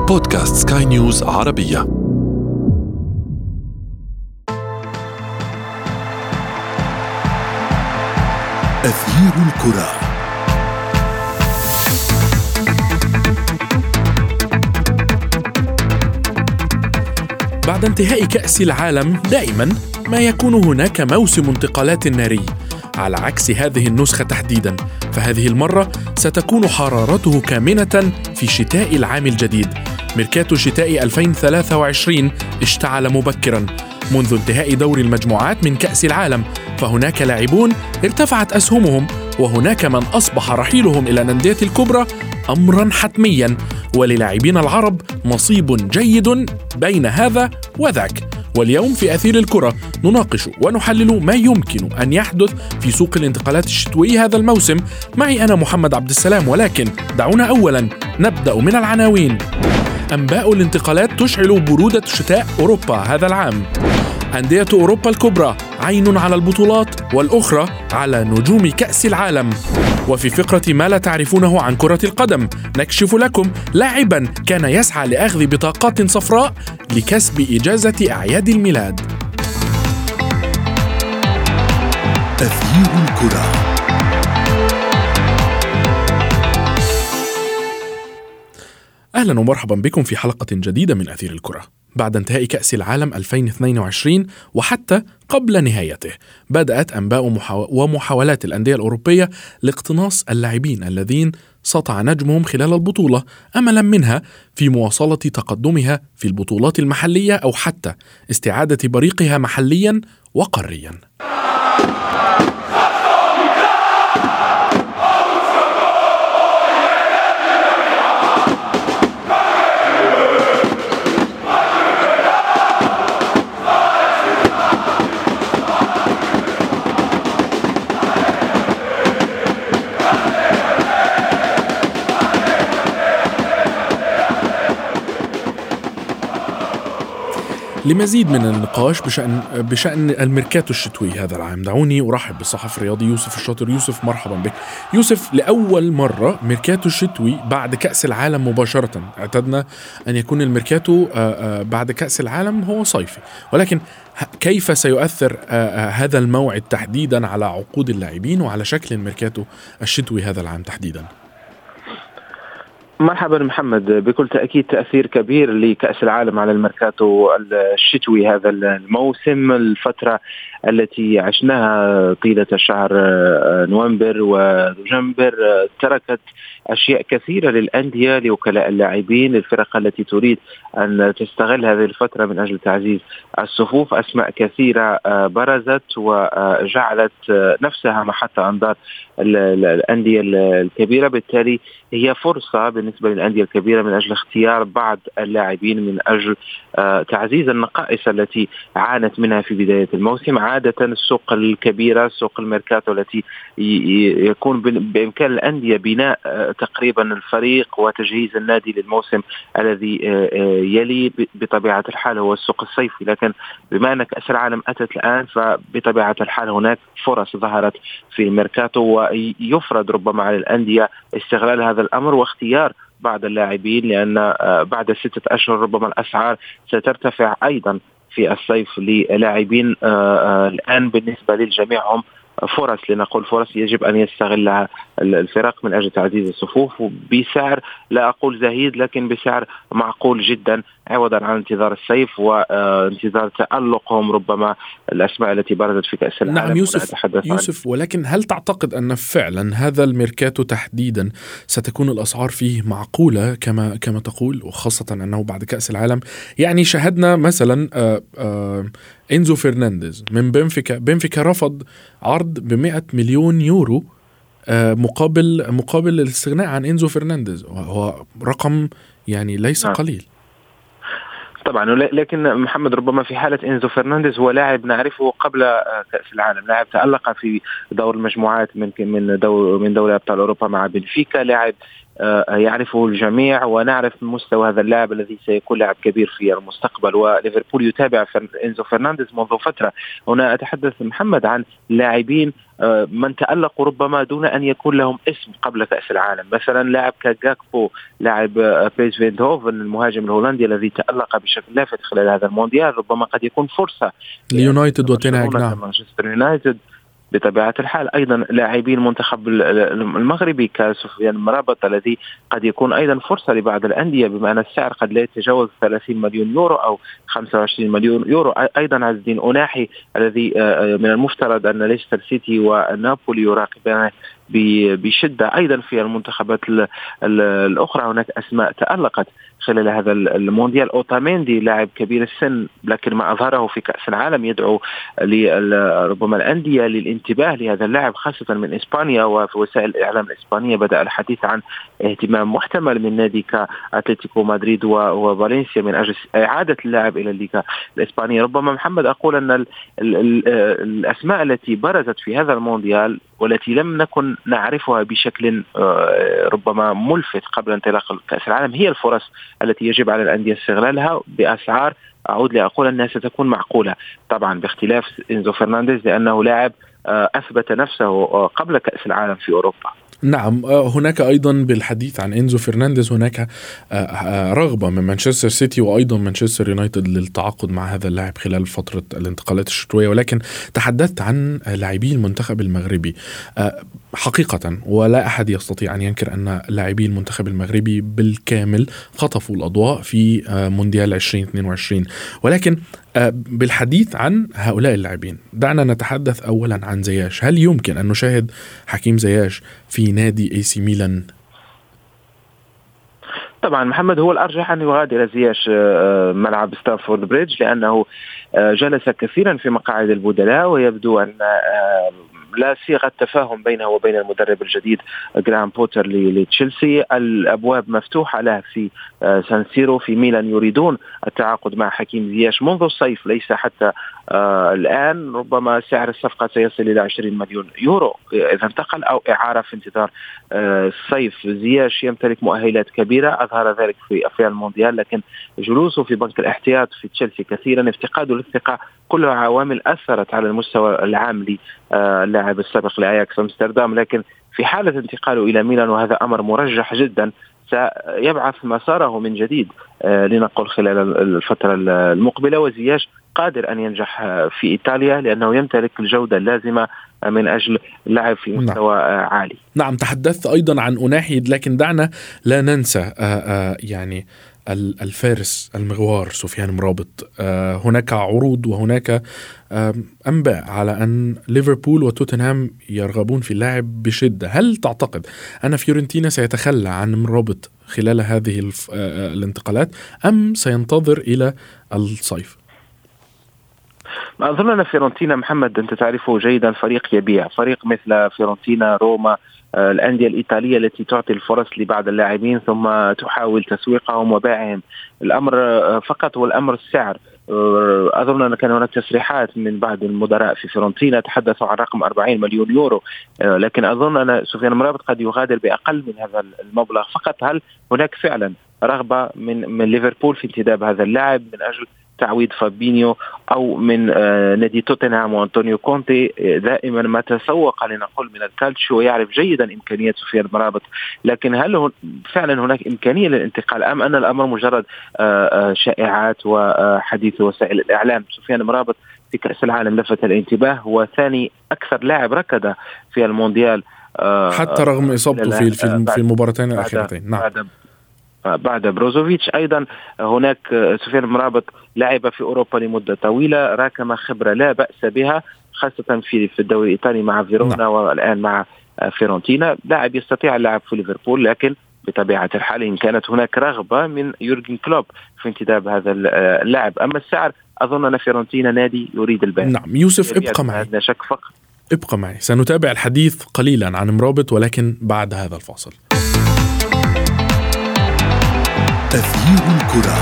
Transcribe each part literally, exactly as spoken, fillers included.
بودكاست سكاي نيوز عربية. أثير الكرة. بعد انتهاء كأس العالم دائما ما يكون هناك موسم انتقالات ناري، على عكس هذه النسخة تحديدا، فهذه المرة ستكون حرارته كامنة في شتاء العام الجديد. ميركاتو شتاء ألفين وثلاثة وعشرين اشتعل مبكرا منذ انتهاء دور المجموعات من كأس العالم، فهناك لاعبون ارتفعت أسهمهم، وهناك من أصبح رحيلهم إلى الأندية الكبرى أمرا حتميا، وللاعبين العرب نصيب جيد بين هذا وذاك. واليوم في أثير الكرة نناقش ونحلل ما يمكن أن يحدث في سوق الانتقالات الشتوي هذا الموسم. معي أنا محمد عبد السلام، ولكن دعونا أولا نبدأ من العناوين. أنباء الانتقالات تشعل برودة شتاء أوروبا هذا العام. أندية أوروبا الكبرى عين على البطولات والأخرى على نجوم كأس العالم. وفي فقرة ما لا تعرفونه عن كرة القدم نكشف لكم لاعبا كان يسعى لأخذ بطاقات صفراء لكسب إجازة أعياد الميلاد. أثير الكرة. أهلا ومرحبا بكم في حلقة جديدة من أثير الكرة. بعد انتهاء كأس العالم ألفين واثنين وعشرين وحتى قبل نهايته، بدأت أنباء محاو... ومحاولات الأندية الأوروبية لاقتناص اللاعبين الذين سطع نجمهم خلال البطولة، أملا منها في مواصلة تقدمها في البطولات المحلية أو حتى استعادة بريقها محليا وقاريا. لمزيد من النقاش بشأن بشأن الميركاتو الشتوي هذا العام، دعوني أرحب بالصحفي الرياضي يوسف الشاطر. يوسف مرحبا بك. يوسف، لأول مرة ميركاتو الشتوي بعد كأس العالم مباشرة. اعتدنا أن يكون الميركاتو بعد كأس العالم هو صيفي، ولكن كيف سيؤثر هذا الموعد تحديدا على عقود اللاعبين وعلى شكل الميركاتو الشتوي هذا العام تحديدا؟ مرحبا محمد. بكل تأكيد تأثير كبير لكأس العالم على الميركاتو الشتوي هذا الموسم. الفترة التي عشناها طيلة شهر نوفمبر ودجنبر تركت أشياء كثيرة للأندية، لوكلاء اللاعبين، للفرق التي تريد أن تستغل هذه الفترة من أجل تعزيز الصفوف. أسماء كثيرة برزت وجعلت نفسها محط أنظار الأندية الكبيرة، بالتالي هي فرصة بالنسبة للأندية الكبيرة من أجل اختيار بعض اللاعبين من أجل تعزيز النقائص التي عانت منها في بداية الموسم. عادة السوق الكبيرة، سوق الميركاتو، التي يكون بإمكان الأندية بناء تقريبا الفريق وتجهيز النادي للموسم الذي يلي، بطبيعة الحال هو السوق الصيفي. لكن بما أن كأس العالم أتت الآن، فبطبيعة الحال هناك فرص ظهرت في الميركاتو، ويفرض ربما على الأندية استغلال هذا الأمر واختيار بعض اللاعبين، لأن بعد ستة أشهر ربما الأسعار سترتفع أيضا في الصيف للاعبين. الآن بالنسبة للجميع هم فرص، لنقول فرص يجب أن يستغلها الفرق من أجل تعزيز الصفوف بسعر، لا أقول زهيد، لكن بسعر معقول جدا، عوضا عن انتظار الصيف وانتظار تألقهم ربما الأسماء التي بردت في كأس العالم. نعم يوسف, يوسف ولكن هل تعتقد أن فعلا هذا الميركاتو تحديدا ستكون الأسعار فيه معقولة كما كما تقول، وخاصة أنه بعد كأس العالم يعني شاهدنا مثلا آآ آآ إنزو فرنانديز من بنفيكا. بنفيكا رفض عرض بمئة مليون يورو مقابل مقابل الاستغناء عن إنزو فرنانديز، وهو رقم يعني ليس قليل. طبعا، لكن محمد ربما في حالة إنزو فرنانديز هو لاعب نعرفه قبل كأس العالم، لاعب تألق في دور المجموعات من من دور من دوري أبطال أوروبا مع بنفيكا، لاعب يعرفه الجميع، ونعرف مستوى هذا اللاعب الذي سيكون لاعب كبير في المستقبل. وليفربول يتابع إنزو فرنانديز منذ فترة. هنا أتحدث محمد عن لاعبين من تألقوا ربما دون أن يكون لهم اسم قبل كأس العالم، مثلا لاعب كجاكبو، لاعب بيس فيندهوفن المهاجم الهولندي الذي تألق بشكل لافت خلال هذا المونديال، ربما قد يكون فرصة ليونايتد وتنهاج. نعم، مانشستر يونايتد بطبيعة الحال. أيضا لاعبين المنتخب المغربي كسفيان مرابط الذي قد يكون أيضا فرصة لبعض الأندية، بما أن السعر قد لا يتجاوز ثلاثين مليون يورو أو خمسة وعشرين مليون يورو. أيضا عز الدين أناحي الذي من المفترض أن ليستر سيتي ونابولي يراقبانه بشدة. أيضا في المنتخبات الأخرى هناك أسماء تألقت خلال هذا المونديال. أوتاميندي لاعب كبير السن، لكن ما أظهره في كأس العالم يدعو ربما الأندية للانتباه لهذا اللاعب، خاصة من إسبانيا. وفي وسائل الإعلام الإسبانية بدأ الحديث عن اهتمام محتمل من نادي كأتلتيكو مدريد وفالنسيا من أجل إعادة اللاعب إلى الليغا الإسبانية. ربما محمد أقول أن ال ال ال الأسماء التي برزت في هذا المونديال والتي لم نكن نعرفها بشكل ربما ملفت قبل انطلاق كأس العالم هي الفرص التي يجب على الأندية استغلالها بأسعار أعود لأقول أنها ستكون معقولة، طبعا باختلاف إنزو فرنانديز لأنه لاعب أثبت نفسه قبل كأس العالم في أوروبا. نعم، هناك أيضا بالحديث عن إنزو فرنانديز هناك رغبة من مانشستر سيتي وأيضا مانشستر يونايتد للتعاقد مع هذا اللاعب خلال فترة الانتقالات الشتوية. ولكن تحدثت عن لاعبي المنتخب المغربي حقيقة، ولا أحد يستطيع أن ينكر أن لاعبي المنتخب المغربي بالكامل خطفوا الأضواء في مونديال عشرين اثنين وعشرين. ولكن بالحديث عن هؤلاء اللاعبين دعنا نتحدث أولا عن زياش. هل يمكن أن نشاهد حكيم زياش في نادي اي سي ميلان؟ طبعا محمد، هو الأرجح أن يغادر زياش ملعب ستانفورد بريدج، لأنه جلس كثيرا في مقاعد البدلاء، ويبدو أن لا صيغة تفاهم بينه وبين المدرب الجديد جرام بوتر لتشيلسي. الأبواب مفتوحة له في سان سيرو في ميلان. يريدون التعاقد مع حكيم زياش منذ الصيف، ليس حتى آه الآن. ربما سعر الصفقة سيصل إلى عشرين مليون يورو إذا انتقل، أو إعارة في انتظار آه الصيف. زياش يمتلك مؤهلات كبيرة، أظهر ذلك في أفريقيا المونديال، لكن جلوسه في بنك الاحتياط في تشيلسي كثيرا، افتقاده للثقة، كلها عوامل أثرت على المستوى العام للاعب السابق لأياكس أمستردام. لكن في حالة انتقاله إلى ميلان، وهذا أمر مرجح جدا، سيبعث مساره من جديد آه لنقل خلال الفترة المقبلة. وزياش قادر أن ينجح في إيطاليا لأنه يمتلك الجودة اللازمة من أجل اللعب في مستوى نعم. عالي. نعم، تحدثت أيضا عن أناحي، لكن دعنا لا ننسى آآ آآ يعني الفارس المغوار سفيان مرابط. هناك عروض وهناك أنباء على أن ليفربول وتوتنهام يرغبون في اللاعب بشدة. هل تعتقد أن فيورنتينا سيتخلى عن مرابط خلال هذه الانتقالات أم سينتظر إلى الصيف؟ أظن أن فيورنتينا محمد، أنت تعرفه جيدا، فريق يبيع. فريق مثل فيورنتينا، روما، الأندية الإيطالية التي تعطي الفرص لبعض اللاعبين ثم تحاول تسويقهم وبيعهم. الأمر فقط والأمر السعر. أظن أن كان هناك تصريحات من بعض المدراء في فيورنتينا تحدثوا عن رقم أربعين مليون يورو، لكن أظن أن سفيان مرابط قد يغادر بأقل من هذا المبلغ فقط. هل هناك فعلا رغبة من من ليفربول في انتداب هذا اللاعب من أجل تعويض فابينيو أو من آه نادي توتنهام وأنطونيو كونتي؟ دائما ما تسوق لنقول من الكالتشيو ويعرف جيدا إمكانيات سفيان مرابط، لكن هل فعلا هناك إمكانية للانتقال أم أن الأمر مجرد آه آه شائعات وحديث وسائل الإعلام؟ سفيان مرابط في كأس العالم لفت الانتباه، هو ثاني أكثر لاعب ركض في المونديال آه حتى رغم إصابته في في المباراتين الأخيرتين. نعم، بعد بعد بروزوفيتش. أيضا هناك سفيان مرابط لعب في أوروبا لمدة طويلة، راكم خبرة لا بأس بها، خاصة في في الدوري الإيطالي مع فيرونا نعم. والآن مع فيورنتينا. لاعب يستطيع اللعب في ليفربول، لكن بطبيعة الحال إن كانت هناك رغبة من يورجن كلوب في انتداب هذا اللاعب. أما السعر أظن أن فيورنتينا نادي يريد البيع. نعم يوسف، ابقى معي، لا شك فقط ابقى معي، سنتابع الحديث قليلا عن مرابط ولكن بعد هذا الفاصل. تغيير الكرة.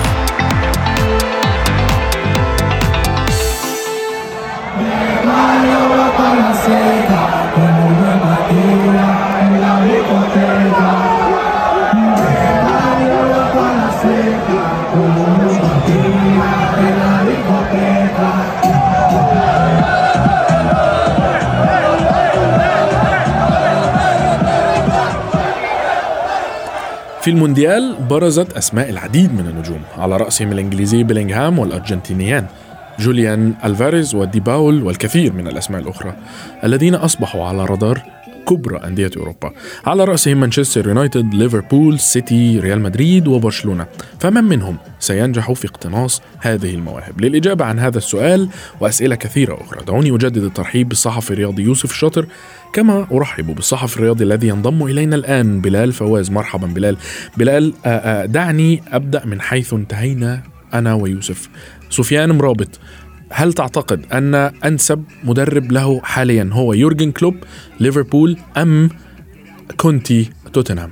في المونديال برزت أسماء العديد من النجوم، على رأسهم الإنجليزي بيلينغهام والأرجنتينيان جوليان ألفاريز ودي باول والكثير من الأسماء الأخرى الذين أصبحوا على رادار كبرى أندية أوروبا، على رأسهم مانشستر يونايتد، ليفربول، سيتي، ريال مدريد وبرشلونة. فمن منهم سينجح في اقتناص هذه المواهب؟ للإجابة عن هذا السؤال وأسئلة كثيرة أخرى دعوني أجدد الترحيب بالصحفي الرياضي يوسف الشاطر، كما أرحب بالصحفي الرياضي الذي ينضم إلينا الآن بلال فواز. مرحبا بلال. بلال، دعني أبدأ من حيث انتهينا أنا ويوسف. سفيان مرابط، هل تعتقد أن أنسب مدرب له حاليا هو يورجن كلوب ليفربول أم كونتي توتنهام؟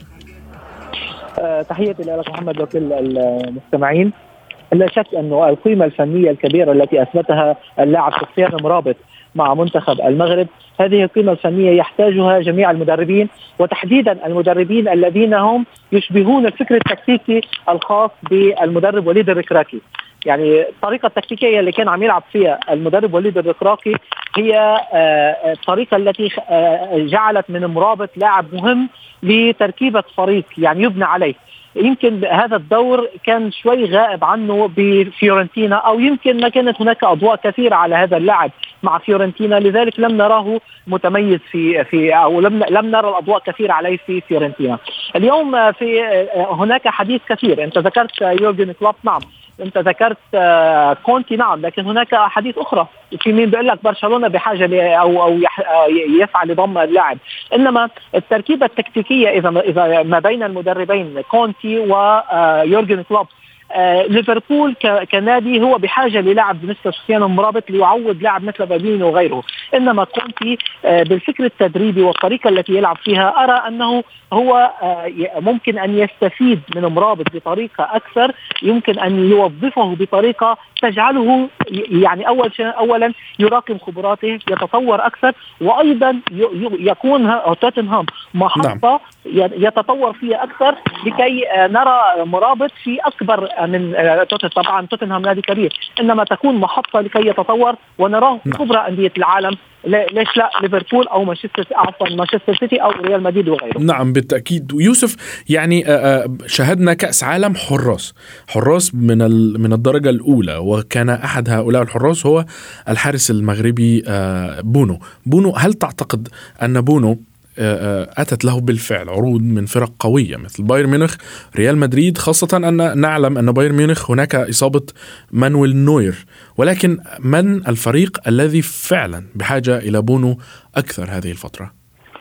أه تحياتي لك محمد وكل المستمعين. لا شك أنه القيمة الفنية الكبيرة التي أثبتها اللاعب سفيان مرابط مع منتخب المغرب، هذه القيمة الفنية يحتاجها جميع المدربين، وتحديدا المدربين الذين هم يشبهون الفكر التكتيكي الخاص بالمدرب وليد الركراكي. يعني الطريقة التكتيكية اللي كان عم يلعب فيها المدرب وليد الركراكي هي الطريقة التي جعلت من مرابط لاعب مهم لتركيبة فريق يعني يبنى عليه. يمكن هذا الدور كان شوي غائب عنه بفيورنتينا، أو يمكن ما كانت هناك أضواء كثيرة على هذا اللاعب مع فيورنتينا، لذلك لم نراه متميز في في أو لم لم نرى الأضواء كثيرة عليه في فيورنتينا. اليوم في هناك حديث كثير، أنت ذكرت يورجن كلوب، نعم، أنت ذكرت كونتي، نعم، لكن هناك حديث أخرى. في مين بيقول لك برشلونة بحاجة أو أو يسعى لضم اللاعب، إنما التركيبة التكتيكية إذا إذا ما بين المدربين كونتي ويورجن كلوب، آه ليفربول كنادي هو بحاجة للاعب مثل سفيان مرابط ليعوض لاعب مثل فابينيو وغيره. إنما كونتي آه بالفكر التدريبي والطريقة التي يلعب فيها أرى أنه هو آه ممكن أن يستفيد من مرابط بطريقة أكثر، يمكن أن يوظفه بطريقة تجعله يعني أول شيء أولا يراقم خبراته، يتطور أكثر، وأيضا يكون توتنهام محطة يتطور فيها أكثر لكي نرى مرابط في أكبر من طبعا توتنهام نادي كبير، إنما تكون محطة لكي يتطور ونراه في كبرى أندية العالم. ليش لا ليفربول أو مانشستر عفوا مانشستر سيتي أو ريال مدريد وغيره. نعم بالتأكيد. ويوسف، يعني شاهدنا كأس عالم حراس حراس من من الدرجة الأولى، وكان أحد هؤلاء الحراس هو الحارس المغربي بونو. بونو، هل تعتقد أن بونو أتت له بالفعل عروض من فرق قوية مثل بايرن ميونخ، ريال مدريد، خاصة أن نعلم أن بايرن ميونخ هناك إصابة مانويل نوير، ولكن من الفريق الذي فعلا بحاجة إلى بونو أكثر هذه الفترة؟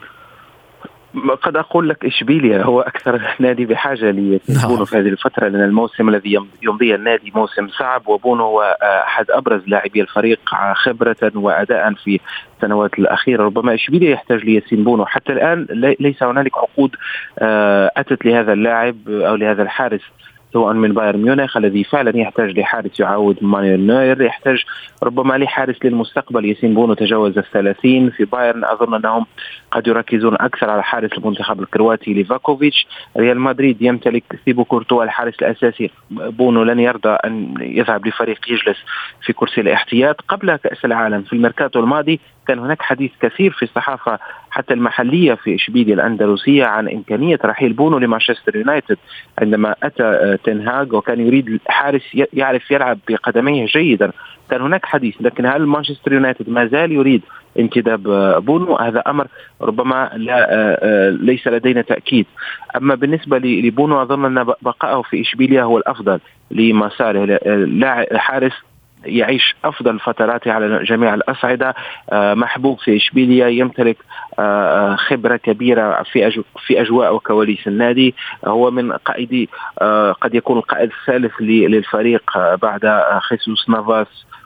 قد أقول لك إشبيليا هو أكثر نادي بحاجة لبونو في هذه الفترة، لأن الموسم الذي يمضيه النادي موسم صعب، وبونو هو أحد أبرز لاعبي الفريق خبرة وأداء في السنوات الأخيرة. ربما إشبيليا يحتاج لياسين بونو. حتى الآن ليس هنالك عقود أتت لهذا اللاعب أو لهذا الحارس سواء من بايرن ميونخ الذي فعلا يحتاج لحارس يعاود مانويل نوير، يحتاج ربما لحارس للمستقبل. ياسين بونو تجاوز الثلاثين في بايرن، أظن أنهم قد يركزون أكثر على حارس المنتخب الكرواتي ليفاكوفيتش. ريال مدريد يمتلك ثيبو كورتوا الحارس الأساسي، بونو لن يرضى أن يذهب لفريق يجلس في كرسي الاحتياط. قبل كأس العالم في الميركاتو الماضي كان هناك حديث كثير في الصحافة حتى المحلية في إشبيلية الأندلسية عن إمكانية رحيل بونو لمانشستر يونايتد، عندما أتى تنهاغ وكان يريد حارس يعرف يلعب بقدميه جيدا. كان هناك حديث، لكن هل مانشستر يونايتد ما زال يريد انتداب بونو؟ هذا أمر ربما لا ليس لدينا تأكيد. أما بالنسبة لبونو أظن أن بقائه في إشبيلية هو الأفضل لمساره. حارس يعيش أفضل فتراته على جميع الأصعدة، محبوب في إشبيلية، يمتلك خبرة كبيرة في في أجواء وكواليس النادي. هو من قائدي قد يكون القائد الثالث للفريق بعد خيسوس نافاس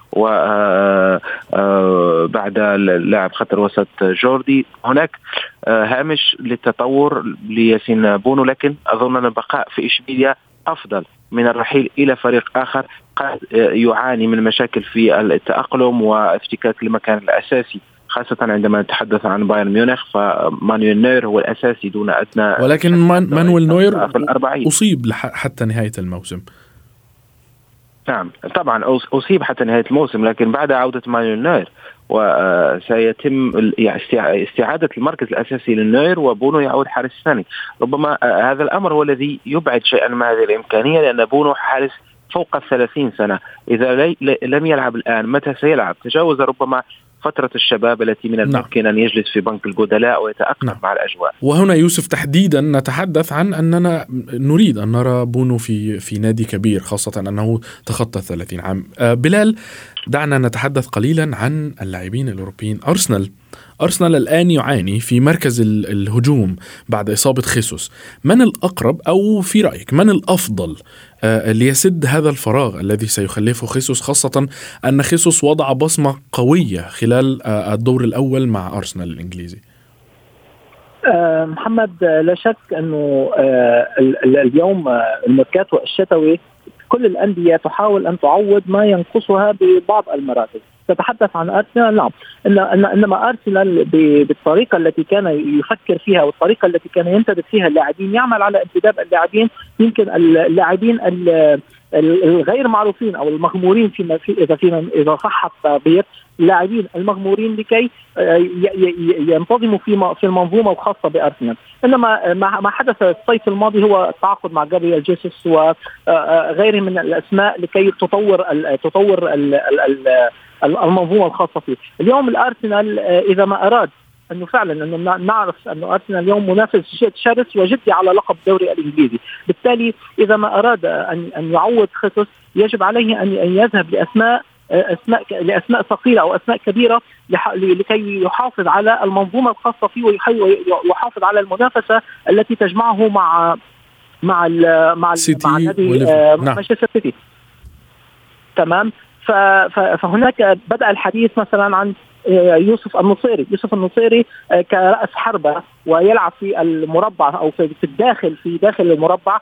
وبعد اللاعب خط الوسط جوردي. هناك هامش للتطور لياسين بونو، لكن أظن أن البقاء في إشبيلية أفضل من الرحيل إلى فريق آخر قد يعاني من مشاكل في التأقلم وافتكاك المكان الأساسي، خاصة عندما نتحدث عن بايرن ميونخ فمانويل نوير هو الأساسي دون أدنى. ولكن مانويل نوير أصيب حتى نهاية الموسم. نعم طبعا أصيب حتى نهاية الموسم، لكن بعد عودة مانويل نوير وسيتم استعادة المركز الأساسي للنوير وبونو يعود حارس ثاني. ربما هذا الأمر هو الذي يبعد شيئا من هذه الإمكانية، لأن بونو حارس فوق الثلاثين سنة، إذا لم يلعب الآن متى سيلعب؟ تجاوز ربما فترة الشباب التي من الممكن نعم. أن يجلس في بنك الجدلاء ويتأقلم نعم. مع الأجواء. وهنا يوسف تحديدا نتحدث عن أننا نريد أن نرى بونو في في نادي كبير، خاصة أنه تخطى ثلاثين عام. آه بلال، دعنا نتحدث قليلا عن اللاعبين الأوروبيين. أرسنال أرسنال الآن يعاني في مركز الهجوم بعد إصابة خيسوس. من الأقرب أو في رأيك من الأفضل آه ليسد هذا الفراغ الذي سيخلفه خيسوس، خاصة أن خيسوس وضع بصمة قوية خلال آه الدور الأول مع أرسنال الإنجليزي؟ آه محمد، لا شك أنه آه اليوم الميركاتو الشتوي كل الأندية تحاول أن تعوض ما ينقصها ببعض المراكز. تتحدث عن أرسنال، نعم، إن إنما أرسنال بالطريقة التي كان يفكر فيها والطريقة التي كان ينتدب فيها اللاعبين، يعمل على انتداب اللاعبين، يمكن اللاعبين الغير معروفين أو المغمورين فيما في إذا فيما إذا صح التعبير، اللاعبين المغمورين لكي ينتظموا في في المنظومة الخاصة بأرسنال. إنما ما حدث الصيف الماضي هو التعاقد مع جابرييل جيسوس وغيره من الأسماء لكي تطور تطور المنظومة الخاصة فيه. اليوم الأرسنال إذا ما أراد أنه فعلا أنه نعرف أنه أرسنال اليوم منافس شرس وجدي على لقب الدوري الإنجليزي، بالتالي إذا ما أراد أن أن يعوض خيسوس يجب عليه أن يذهب لأسماء أسماء لأسماء ثقيلة أو أسماء كبيرة لكي يحافظ على المنظومة الخاصة فيه ويحافظ على المنافسة التي تجمعه مع مع مع مع نادي مانشستر سيتي. تمام. فهناك بدأ الحديث مثلا عن يوسف النصيري يوسف النصيري كرأس حربة ويلعب في المربع أو في الداخل في داخل المربع،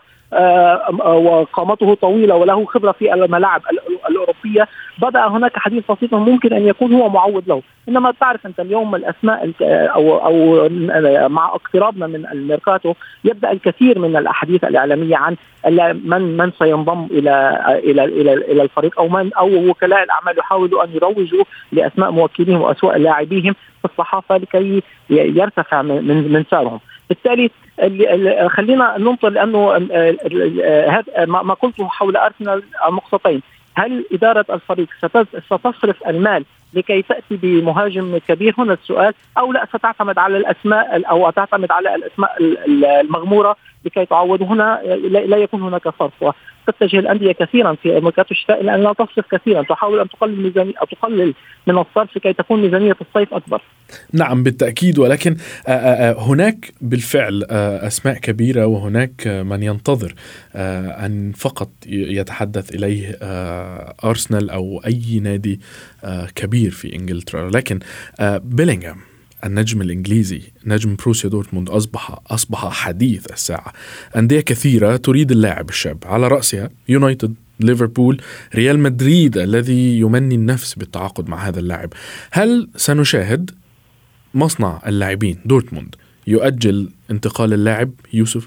وقامته طويلة وله خبرة في الملاعب الأوروبية. بدأ هناك حديث بسيط ممكن أن يكون هو معوض له. إنما تعرف أنت اليوم الأسماء أو أو مع اقترابنا من الميركاتو يبدأ الكثير من الأحاديث الإعلامية عن من من سينضم إلى إلى إلى إلى الفريق، أو من أو وكلاء الأعمال يحاولوا أن يروجوا لأسماء موكليهم وأسماء لاعبيهم في الصحافة لكي يرتفع من من سعرهم. بالتالي خلينا ننطر، لأنه هذا ما قلته حول أرسنال نقطتين: هل إدارة الفريق ستصرف المال لكي تأتي بمهاجم كبير؟ هنا السؤال. أو لا، ستعتمد على الأسماء أو تعتمد على الأسماء المغمورة لكي تعوض. هنا لا يكون هناك فرق. تتجه الأندية كثيرا في ميركاتو الشتاء لأن لا تصرف كثيرا، تحاول أن تقلل ميزانية أو تقلل من الصرف لكي تكون ميزانية الصيف أكبر. نعم بالتأكيد، ولكن هناك بالفعل أسماء كبيرة وهناك من ينتظر أن فقط يتحدث إليه أرسنال أو أي نادي كبير في إنجلترا. لكن بيلينغهام النجم الإنجليزي، نجم بروسيا دورتموند، أصبح أصبح حديث الساعة. أندية كثيرة تريد اللاعب الشاب، على رأسها يونايتد، ليفربول، ريال مدريد الذي يمني النفس بالتعاقد مع هذا اللاعب. هل سنشاهد مصنع اللاعبين دورتموند يؤجل انتقال اللاعب يوسف؟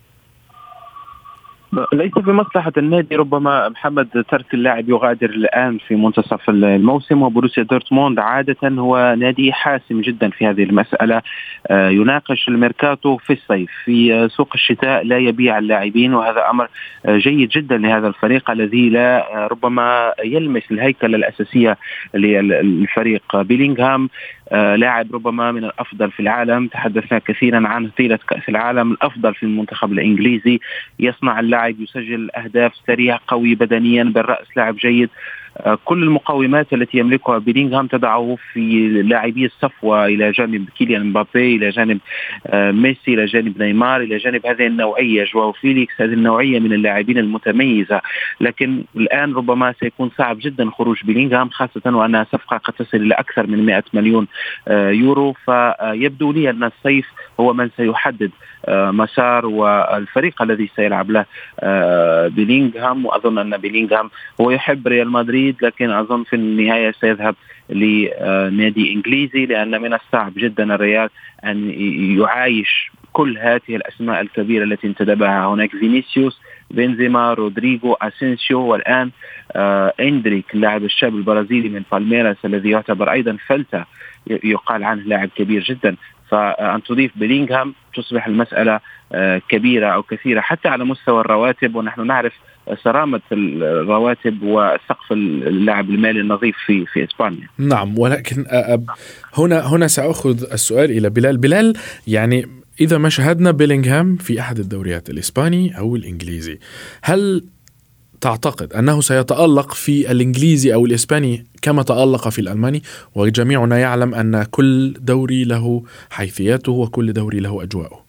ليس في مصلحة النادي ربما محمد ترك اللاعب يغادر الآن في منتصف الموسم، وبروسيا دورتموند عادة هو نادي حاسم جدا في هذه المسألة، يناقش الميركاتو في الصيف، في سوق الشتاء لا يبيع اللاعبين، وهذا أمر جيد جدا لهذا الفريق الذي لا ربما يلمس الهيكل الأساسية للفريق. بيلينغهام لاعب ربما من الأفضل في العالم، تحدثنا كثيرا عنه طيلة كأس العالم، الأفضل في المنتخب الإنجليزي، يصنع اللاعب، يسجل أهداف، سريع، قوي بدنيا، بالرأس لاعب جيد. كل المقومات التي يملكها بيلينغهام تضعه في لاعبي الصفوة، إلى جانب كيليان مبابي، إلى جانب ميسي، إلى جانب نيمار، إلى جانب هذه النوعية جواو فيليكس، هذه النوعية من اللاعبين المتميزة. لكن الآن ربما سيكون صعب جدا خروج بيلينغهام، خاصة وأنها صفقة قد تصل إلى أكثر من مئة مليون يورو. فيبدو لي أن الصيف هو من سيحدد مسار والفريق الذي سيلعب له بيلينغهام. وأظن أن بيلينغهام هو يحب ريال مدريد، لكن أظن في النهاية سيذهب لنادي إنجليزي، لأن من الصعب جدا الريال أن يعايش كل هذه الأسماء الكبيرة التي انتدبها. هناك فينيسيوس، بنزيما، رودريغو، أسينسيو، والآن آه إندريك اللاعب الشاب البرازيلي من بالميراس الذي يعتبر أيضا فلتة يقال عنه لاعب كبير جدا. فأن تضيف بيلينغهام تصبح المسألة كبيرة أو كثيرة حتى على مستوى الرواتب، ونحن نعرف صرامة الرواتب وسقف اللاعب المالي النظيف في في إسبانيا. نعم، ولكن هنا هنا سأخذ السؤال إلى بلال. بلال، يعني إذا ما شاهدنا بيلينغهام في أحد الدوريات الإسباني أو الإنجليزي، هل تعتقد أنه سيتألق في الإنجليزي أو الإسباني كما تألق في الألماني؟ وجميعنا يعلم أن كل دوري له حيثياته وكل دوري له أجواءه.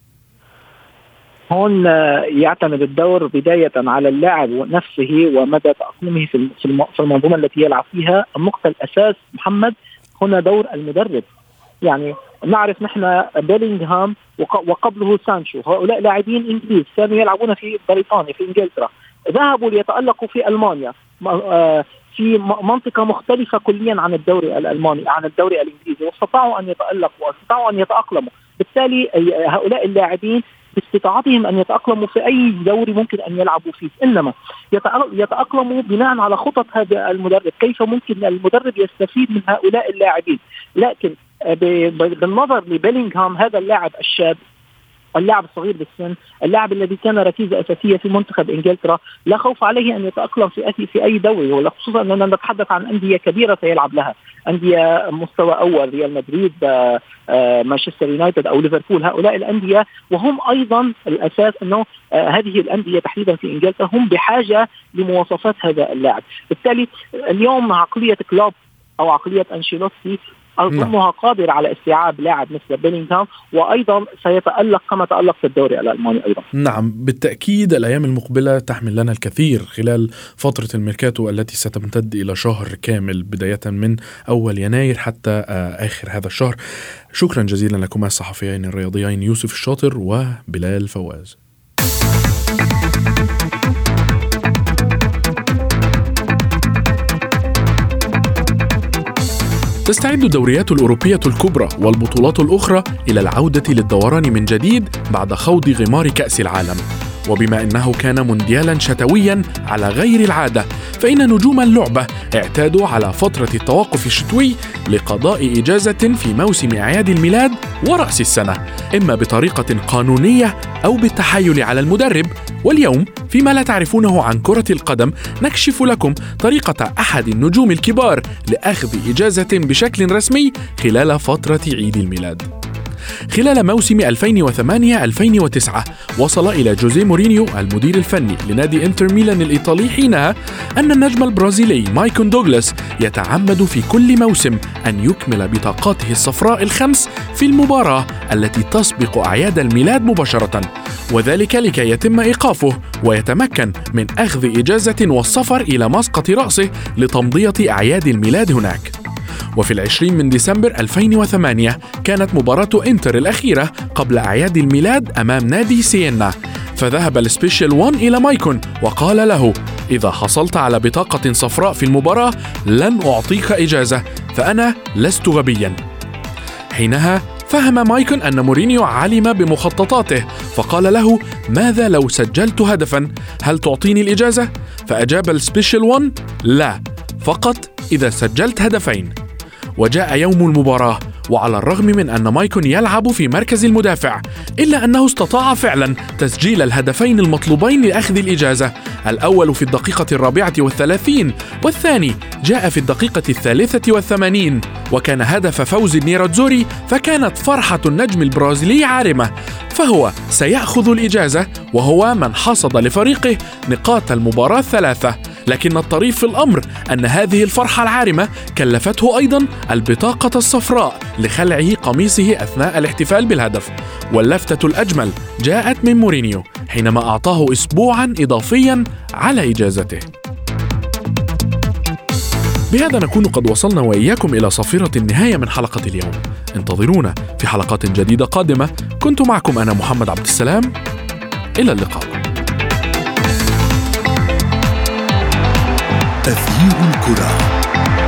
هون يعتمد الدور بداية على اللاعب نفسه ومدى تأقلمه في المنظومة التي يلعب فيها. النقطة الأساس محمد هنا دور المدرب. يعني نعرف نحن بيلينغهام وقبله سانشو، هؤلاء لاعبين إنجليز كانوا يلعبون في بريطانيا في إنجلترا، ذهبوا ليتألقوا في ألمانيا في منطقة مختلفة كليا عن الدوري الألماني عن الدوري الإنجليزي، واستطاعوا أن يتألقوا واستطاعوا أن يتأقلموا. بالتالي هؤلاء اللاعبين باستطاعتهم أن يتأقلموا في أي دوري ممكن أن يلعبوا فيه، إنما يتأقلموا بناء على خطط هذا المدرب، كيف ممكن المدرب يستفيد من هؤلاء اللاعبين. لكن بالنظر لبيلينغهام، هذا اللاعب الشاب، اللاعب الصغير بالسن، اللاعب الذي كان ركيزة أساسية في منتخب إنجلترا، لا خوف عليه أن يتأقلم في في أي دوري، ولا خصوصا أننا نتحدث عن أندية كبيرة سيلعب لها، أندية مستوى أول، ريال مدريد، مانشستر يونايتد أو ليفربول. هؤلاء الأندية وهم أيضا الأساس أنه هذه الأندية تحديدا في إنجلترا هم بحاجة لمواصفات هذا اللاعب. بالتالي اليوم عقلية كلوب أو عقلية أنشيلوتي أظنها قادرة على استيعاب لاعب مثل بيلينغهام، وأيضا سيتألق كما تألق في الدوري الألماني أيضا. نعم بالتأكيد الأيام المقبلة تحمل لنا الكثير خلال فترة الميركاتو التي ستمتد إلى شهر كامل بداية من أول يناير حتى آخر هذا الشهر. شكرا جزيلا لكما الصحفيين الرياضيين يوسف الشاطر وبلال فواز. تستعد الدوريات الأوروبية الكبرى والبطولات الأخرى إلى العودة للدوران من جديد بعد خوض غمار كأس العالم. وبما أنه كان مونديالا شتويا على غير العادة، فإن نجوم اللعبة اعتادوا على فترة التوقف الشتوي لقضاء إجازة في موسم أعياد الميلاد ورأس السنة، إما بطريقة قانونية أو بالتحايل على المدرب. واليوم فيما لا تعرفونه عن كرة القدم نكشف لكم طريقة أحد النجوم الكبار لأخذ إجازة بشكل رسمي خلال فترة عيد الميلاد. خلال موسم ألفين وثمانية ألفين وتسعة وصل إلى جوزيه مورينيو المدير الفني لنادي إنتر ميلان الإيطالي حينها أن النجم البرازيلي مايكون دوغلاس يتعمد في كل موسم أن يكمل بطاقاته الصفراء الخمس في المباراة التي تسبق أعياد الميلاد مباشرة، وذلك لكي يتم إيقافه ويتمكن من أخذ إجازة والسفر إلى مسقط رأسه لتمضية أعياد الميلاد هناك. وفي العشرين من ديسمبر ألفين وثمانية كانت مباراة إنتر الأخيرة قبل أعياد الميلاد أمام نادي سيينا، فذهب السبيشال وان إلى مايكون وقال له: إذا حصلت على بطاقة صفراء في المباراة لن أعطيك إجازة، فأنا لست غبيا. حينها فهم مايكون أن مورينيو علم بمخططاته، فقال له: ماذا لو سجلت هدفا؟ هل تعطيني الإجازة؟ فأجاب السبيشال وان: لا، فقط إذا سجلت هدفين. وجاء يوم المباراة، وعلى الرغم من أن مايكون يلعب في مركز المدافع، إلا أنه استطاع فعلا تسجيل الهدفين المطلوبين لأخذ الإجازة، الأول في الدقيقة الرابعة والثلاثين، والثاني جاء في الدقيقة الثالثة والثمانين، وكان هدف فوز النيراتزوري. فكانت فرحة النجم البرازيلي عارمة، فهو سيأخذ الإجازة وهو من حصد لفريقه نقاط المباراة الثلاثة. لكن الطريف في الأمر أن هذه الفرحة العارمة كلفته أيضا البطاقة الصفراء لخلعه قميصه أثناء الاحتفال بالهدف. واللفتة الأجمل جاءت من مورينيو حينما أعطاه أسبوعا إضافيا على إجازته. بهذا نكون قد وصلنا وإياكم إلى صفيرة النهاية من حلقة اليوم. انتظرونا في حلقات جديدة قادمة. كنت معكم أنا محمد عبد السلام، إلى اللقاء. تغيير الكرة.